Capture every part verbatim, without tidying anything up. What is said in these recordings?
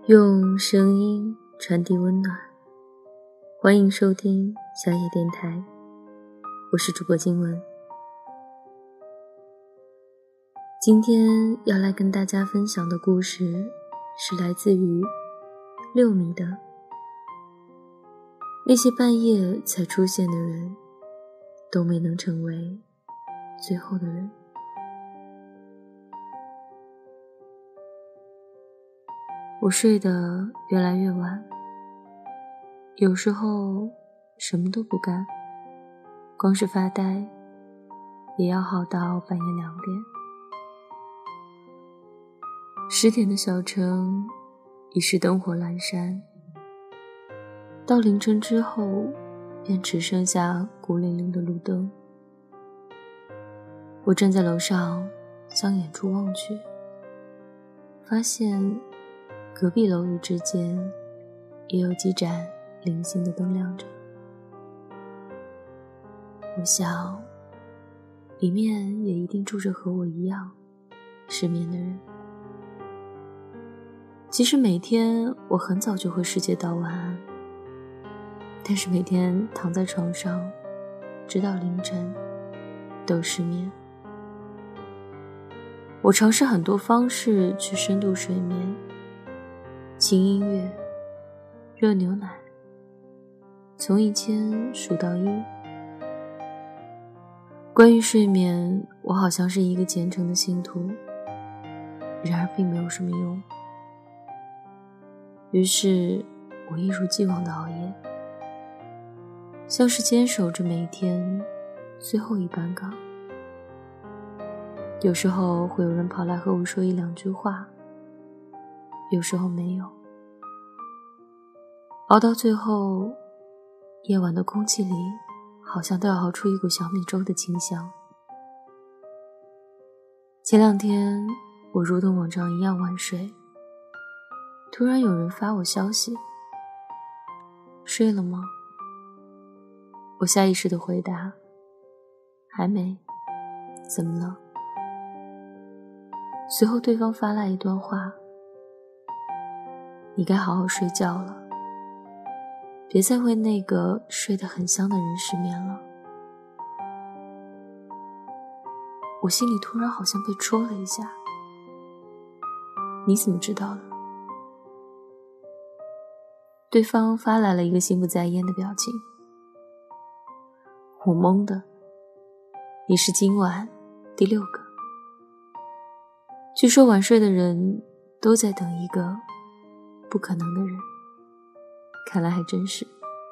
用声音传递温暖，欢迎收听小野电台，我是主播金文。今天要来跟大家分享的故事是来自于六米的那些半夜才出现的人都没能成为最后的人。我睡得越来越晚，有时候什么都不干，光是发呆也要耗到半夜两点。十点的小城已是灯火阑珊，到凌晨之后便只剩下孤零零的路灯。我站在楼上向远处望去，发现隔壁楼宇之间也有几盏零星的灯亮着。我想里面也一定住着和我一样失眠的人。其实每天我很早就和世界道晚安，但是每天躺在床上直到凌晨都失眠。我尝试很多方式去深度睡眠，轻音乐，热牛奶，从一千数到一。关于睡眠，我好像是一个虔诚的信徒，然而并没有什么用。于是我一如既往的熬夜，像是坚守着每天最后一班岗。有时候会有人跑来和我说一两句话，有时候没有。熬到最后，夜晚的空气里好像都要熬出一股小米粥的清香。前两天我如同往常一样晚睡，突然有人发我消息，睡了吗？我下意识地回答，还没，怎么了？随后对方发来一段话，你该好好睡觉了，别再为那个睡得很香的人失眠了。我心里突然好像被戳了一下。你怎么知道的？对方发来了一个心不在焉的表情。我懵的，你是今晚第六个。据说晚睡的人都在等一个不可能的人，看来还真是。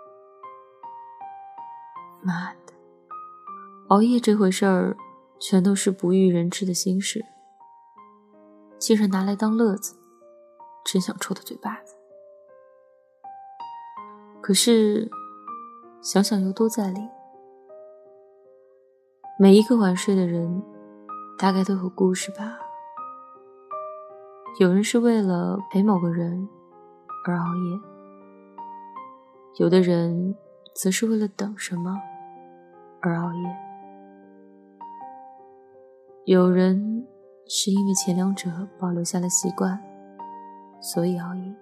妈的，熬夜这回事儿全都是不欲人知的心事，竟然拿来当乐子，真想抽他嘴巴子。可是想想又都在理。每一个晚睡的人大概都有故事吧。有人是为了陪某个人而熬夜，有的人则是为了等什么而熬夜，有人是因为前两者保留下了习惯，所以熬夜。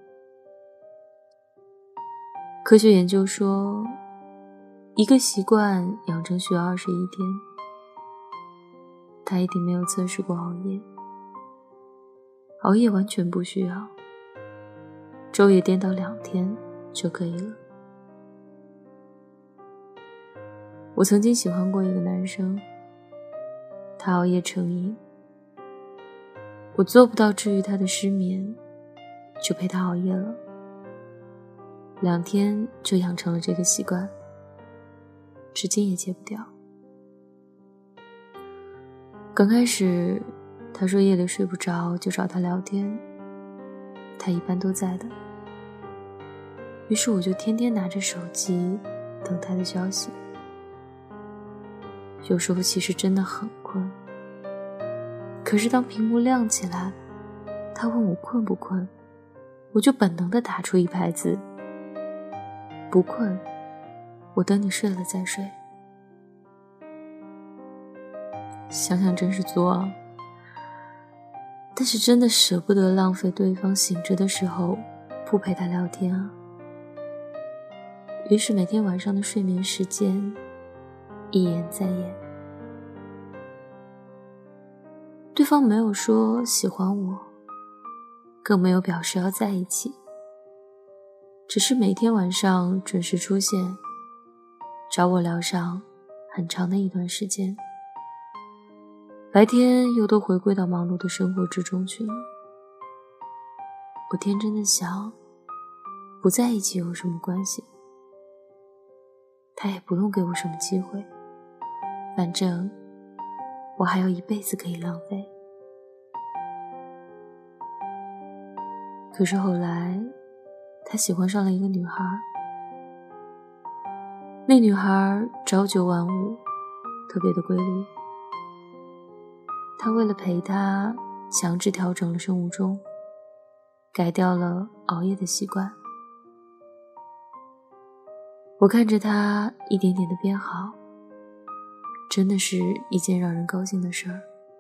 科学研究说，一个习惯养成需要二十一天，他一定没有测试过熬夜。熬夜完全不需要，昼夜颠倒两天就可以了。我曾经喜欢过一个男生，他熬夜成瘾，我做不到治愈他的失眠，就陪他熬夜了。两天就养成了这个习惯，至今也戒不掉。刚开始他说夜里睡不着就找他聊天，他一般都在的。于是我就天天拿着手机等他的消息。有时候其实真的很困，可是当屏幕亮起来，他问我困不困，我就本能地打出一排字，不困，我等你睡了再睡。想想真是作啊，但是真的舍不得浪费对方醒着的时候不陪他聊天啊。于是每天晚上的睡眠时间一延再延。对方没有说喜欢我，更没有表示要在一起，只是每天晚上准时出现，找我聊上很长的一段时间，白天又都回归到忙碌的生活之中去了。我天真的想，不在一起有什么关系，他也不用给我什么机会，反正我还有一辈子可以浪费。可是后来他喜欢上了一个女孩，那女孩朝九晚五，特别的规律。他为了陪她，强制调整了生物钟，改掉了熬夜的习惯。我看着他一点点的变好，真的是一件让人高兴的事儿。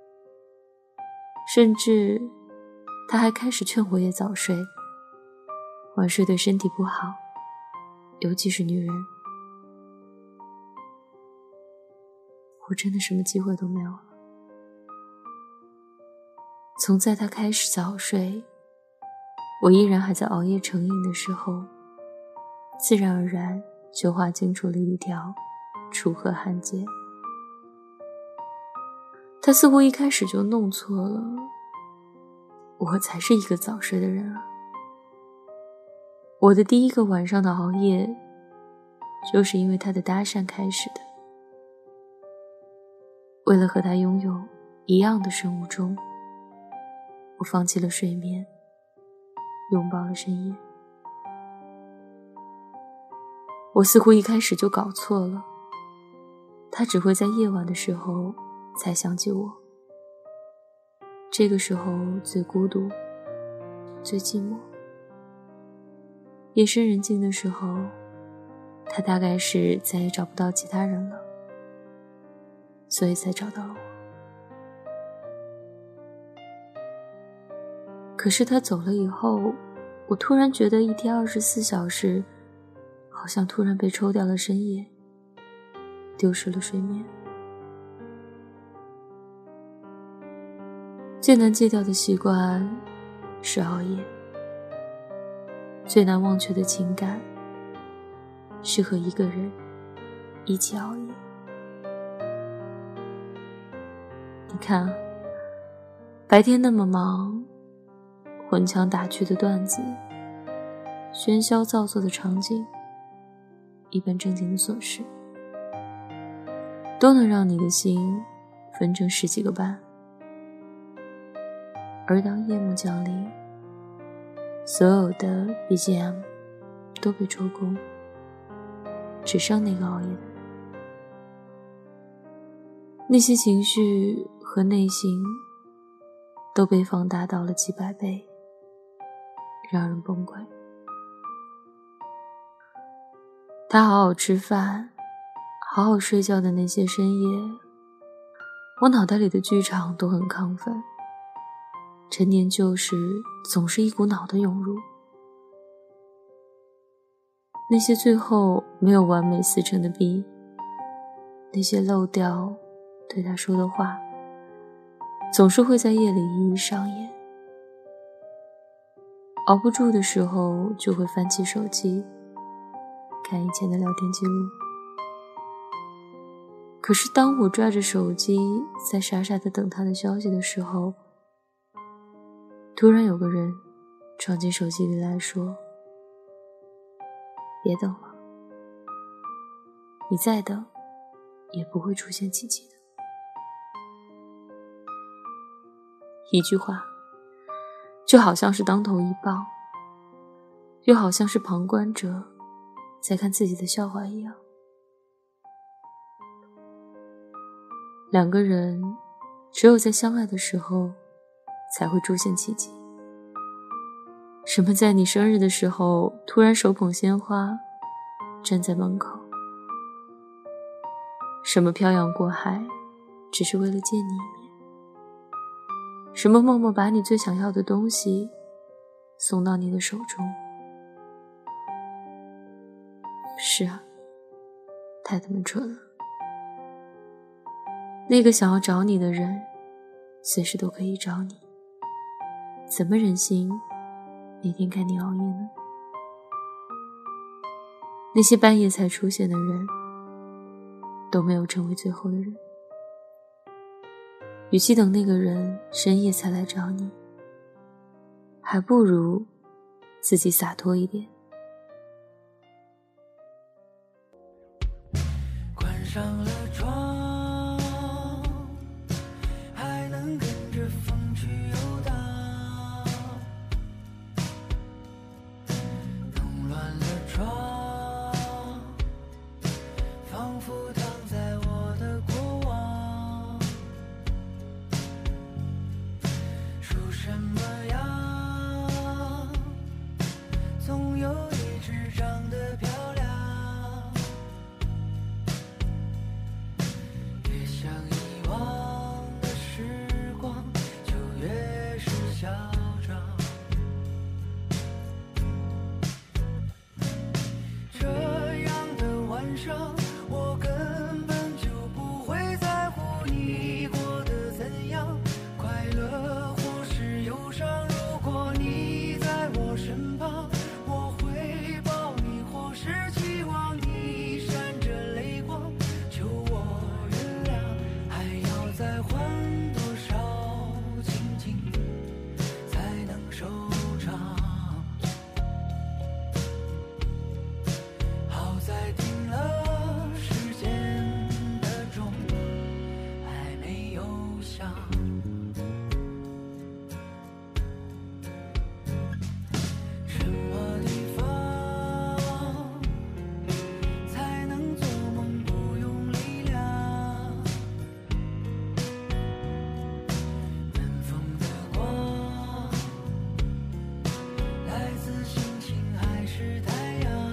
甚至他还开始劝我也早睡，晚睡对身体不好，尤其是女人。我真的什么机会都没有了。从在他开始早睡，我依然还在熬夜成瘾的时候，自然而然就划清楚了一条楚河汉界。他似乎一开始就弄错了，我才是一个早睡的人啊。我的第一个晚上的熬夜，就是因为他的搭讪开始的。为了和他拥有一样的生物钟，我放弃了睡眠，拥抱了深夜。我似乎一开始就搞错了，他只会在夜晚的时候才想起我，这个时候最孤独，最寂寞。夜深人静的时候，他大概是再也找不到其他人了，所以才找到了我。可是他走了以后，我突然觉得一天二十四小时好像突然被抽掉了深夜，丢失了睡眠。最难戒掉的习惯是熬夜，最难忘却的情感是和一个人一起熬夜。你看，白天那么忙，混腔打趣的段子，喧嚣造作的场景，一本正经的琐事，都能让你的心分成十几个半。而当夜幕降临，所有的 B G M 都被抽空，只剩那个熬夜的人。那些情绪和内心都被放大到了几百倍，让人崩溃。他好好吃饭，好好睡觉的那些深夜，我脑袋里的剧场都很亢奋，陈年旧事总是一股脑的涌入。那些最后没有完美撕成的逼，那些漏掉对他说的话，总是会在夜里一一上演。熬不住的时候，就会翻起手机，看以前的聊天记录。可是当我抓着手机在傻傻地等他的消息的时候，突然有个人闯进手机里来说，别等了，你再等也不会出现奇迹的。一句话，就好像是当头一棒，又好像是旁观者在看自己的笑话一样。两个人只有在相爱的时候才会出现奇迹。什么在你生日的时候突然手捧鲜花站在门口，什么漂洋过海只是为了见你一面，什么默默把你最想要的东西送到你的手中。 是啊，太他妈蠢了。那个想要找你的人，随时都可以找你，怎么忍心每天看你熬夜呢？那些半夜才出现的人，都没有成为最后的人。与其等那个人深夜才来找你，还不如自己洒脱一点。 关上了窗，还能跟着风去游荡，弄乱了窗，仿佛躺在我的过往。书什么样，总有一只长得漂亮。越想遗忘的时光，就越是嚣张。这样的晚上，我根本就不会在乎你过得怎样，快乐或是忧伤。如果你在我身旁，我会抱你，或是期望你闪着泪光，求我原谅，还要再还多少情景才能收场？好在停了时间的钟，还没有响。什么地方才能做梦不用力量？远方的光来自星星还是太阳？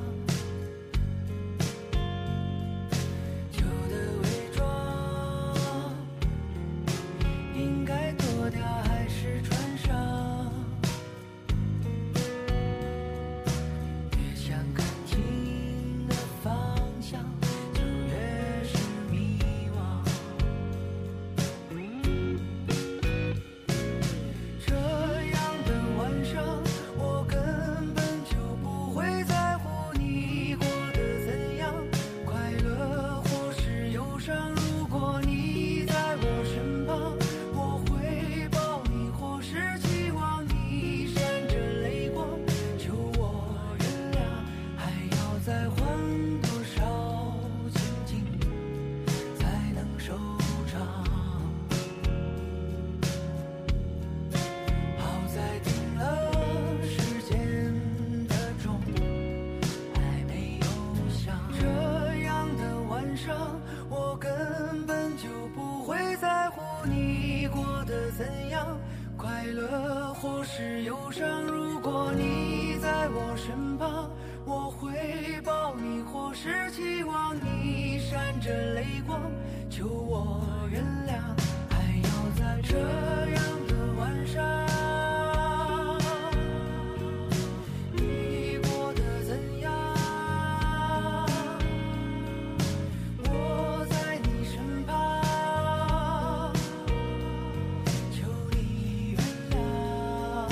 旧的伪装应该脱掉还是穿上？越想看清的方向，就越是迷惘。这样的晚上，我根本就不会在乎你过得怎样，快乐或是忧伤。如果你在我身旁，我会抱你，或是期望你闪着泪光，求我原谅，还要再还多少情景才能收场？好在停了时间的钟，还没有响。这样的晚上，我根本就不会在乎你过得怎样，快乐或是忧伤。如果你在我身旁，我会抱你，或是期望你闪着泪光，求我原谅，还要在这样的晚上，你过得怎样？我在你身旁，求你原谅。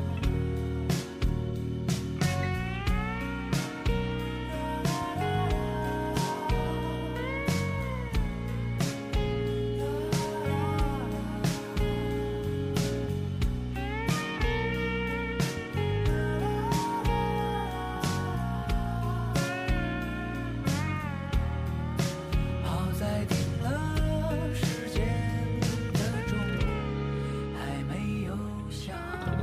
好在停了时间的钟，还没有响。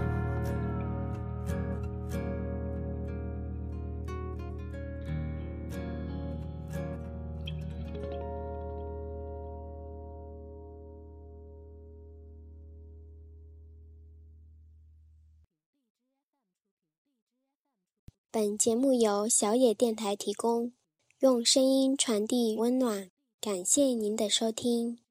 本节目由小野电台提供，用声音传递温暖，感谢您的收听。